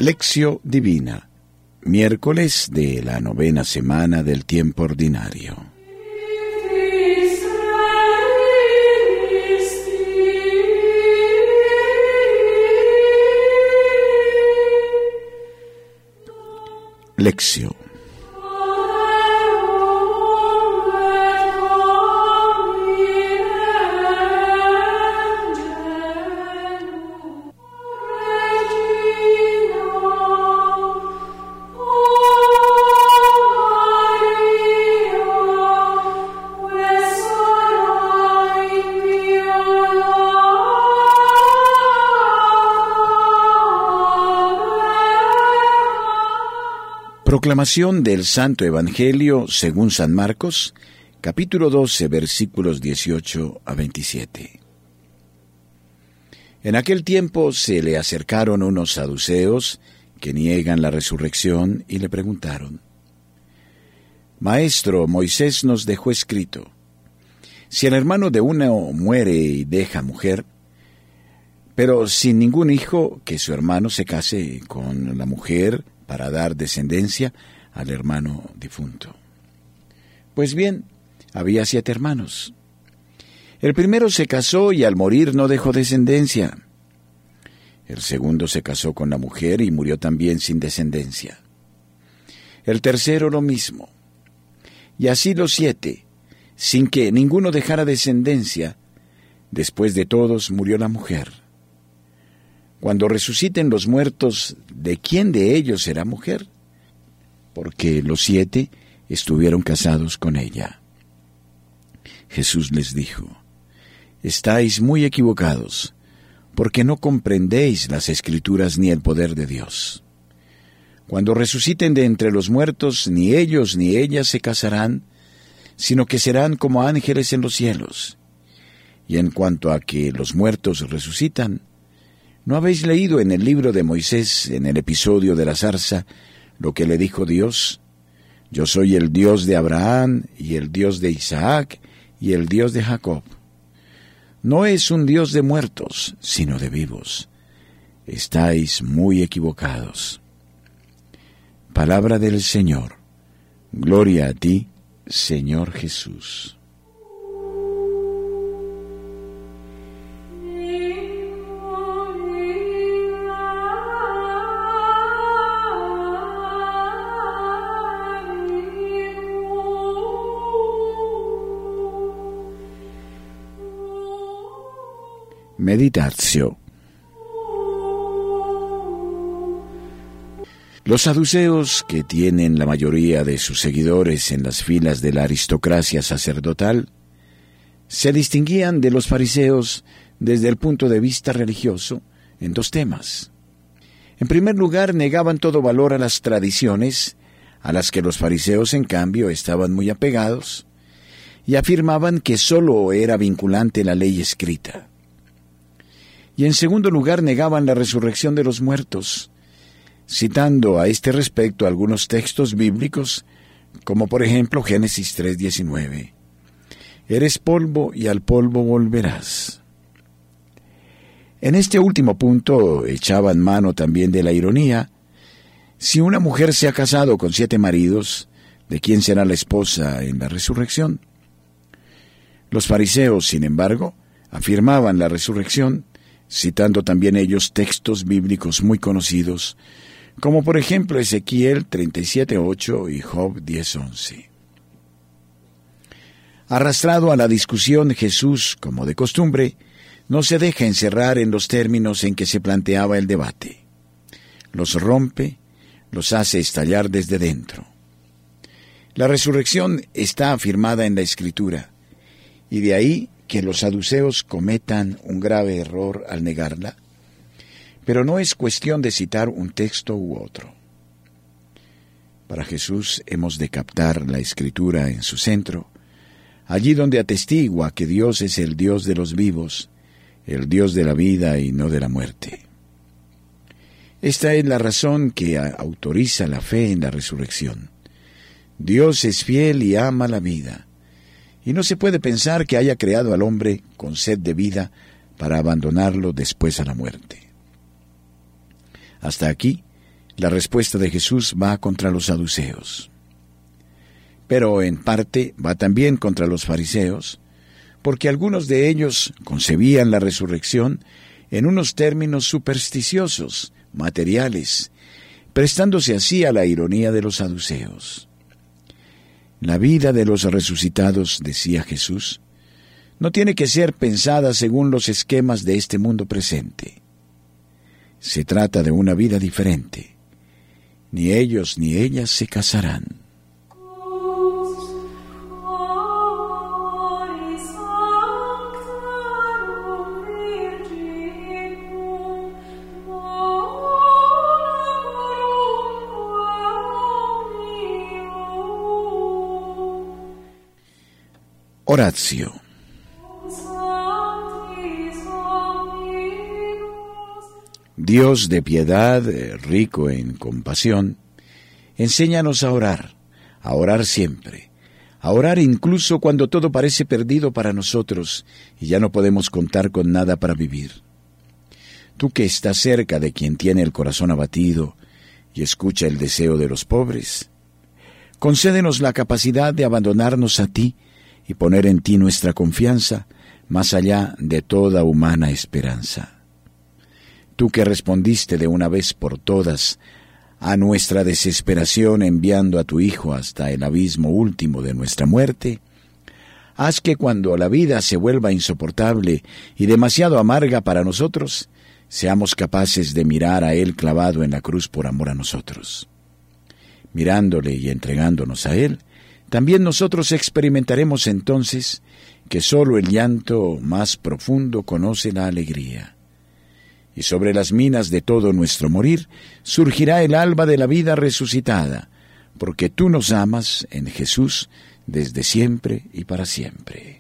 Lección Divina, miércoles de la 9ª semana del tiempo ordinario. Lección. Proclamación del Santo Evangelio según San Marcos, capítulo 12, versículos 18 a 27. En aquel tiempo se le acercaron unos saduceos que niegan la resurrección y le preguntaron: Maestro, Moisés nos dejó escrito: si el hermano de uno muere y deja mujer, pero sin ningún hijo, que su hermano se case con la mujer para dar descendencia al hermano difunto. Pues bien, había 7 hermanos. El primero se casó y al morir no dejó descendencia. El segundo se casó con la mujer y murió también sin descendencia. El tercero lo mismo. Y así los 7, sin que ninguno dejara descendencia. Después de todos murió la mujer. Cuando resuciten los muertos, ¿de quién de ellos será mujer? Porque los 7 estuvieron casados con ella. Jesús les dijo: estáis muy equivocados, porque no comprendéis las Escrituras ni el poder de Dios. Cuando resuciten de entre los muertos, ni ellos ni ellas se casarán, sino que serán como ángeles en los cielos. Y en cuanto a que los muertos resucitan, ¿no habéis leído en el libro de Moisés, en el episodio de la zarza, lo que le dijo Dios? Yo soy el Dios de Abraham, y el Dios de Isaac, y el Dios de Jacob. No es un Dios de muertos, sino de vivos. Estáis muy equivocados. Palabra del Señor. Gloria a ti, Señor Jesús. Meditatio. Los saduceos, que tienen la mayoría de sus seguidores en las filas de la aristocracia sacerdotal, se distinguían de los fariseos desde el punto de vista religioso en 2 temas. En primer lugar, negaban todo valor a las tradiciones, a las que los fariseos, en cambio, estaban muy apegados, y afirmaban que sólo era vinculante la ley escrita. Y en segundo lugar, negaban la resurrección de los muertos, citando a este respecto algunos textos bíblicos, como por ejemplo Génesis 3:19. Eres polvo y al polvo volverás. En este último punto echaban mano también de la ironía. Si una mujer se ha casado con 7 maridos, ¿de quién será la esposa en la resurrección? Los fariseos, sin embargo, afirmaban la resurrección, citando también ellos textos bíblicos muy conocidos, como por ejemplo Ezequiel 37:8 y Job 10:11. Arrastrado a la discusión, Jesús, como de costumbre, no se deja encerrar en los términos en que se planteaba el debate. Los rompe, los hace estallar desde dentro. La resurrección está afirmada en la Escritura, y de ahí que los saduceos cometan un grave error al negarla, pero no es cuestión de citar un texto u otro. Para Jesús hemos de captar la Escritura en su centro, allí donde atestigua que Dios es el Dios de los vivos, el Dios de la vida y no de la muerte. Esta es la razón que autoriza la fe en la resurrección. Dios es fiel y ama la vida, y no se puede pensar que haya creado al hombre con sed de vida para abandonarlo después a la muerte. Hasta aquí La respuesta de Jesús va contra los saduceos, pero en parte va también contra los fariseos, porque algunos de ellos concebían la resurrección en unos términos supersticiosos, materiales, prestándose así a la ironía de los saduceos. La vida de los resucitados, decía Jesús, no tiene que ser pensada según los esquemas de este mundo presente. Se trata de una vida diferente. Ni ellos ni ellas se casarán. Oratio. Dios de piedad, rico en compasión, enséñanos a orar siempre, a orar incluso cuando todo parece perdido para nosotros y ya no podemos contar con nada para vivir. Tú que estás cerca de quien tiene el corazón abatido y escucha el deseo de los pobres, concédenos la capacidad de abandonarnos a ti y poner en ti nuestra confianza más allá de toda humana esperanza. Tú que respondiste de una vez por todas a nuestra desesperación enviando a tu Hijo hasta el abismo último de nuestra muerte, haz que cuando la vida se vuelva insoportable y demasiado amarga para nosotros, seamos capaces de mirar a Él clavado en la cruz por amor a nosotros. Mirándole y entregándonos a Él, también nosotros experimentaremos entonces que sólo el llanto más profundo conoce la alegría. Y sobre las minas de todo nuestro morir surgirá el alba de la vida resucitada, porque tú nos amas en Jesús desde siempre y para siempre.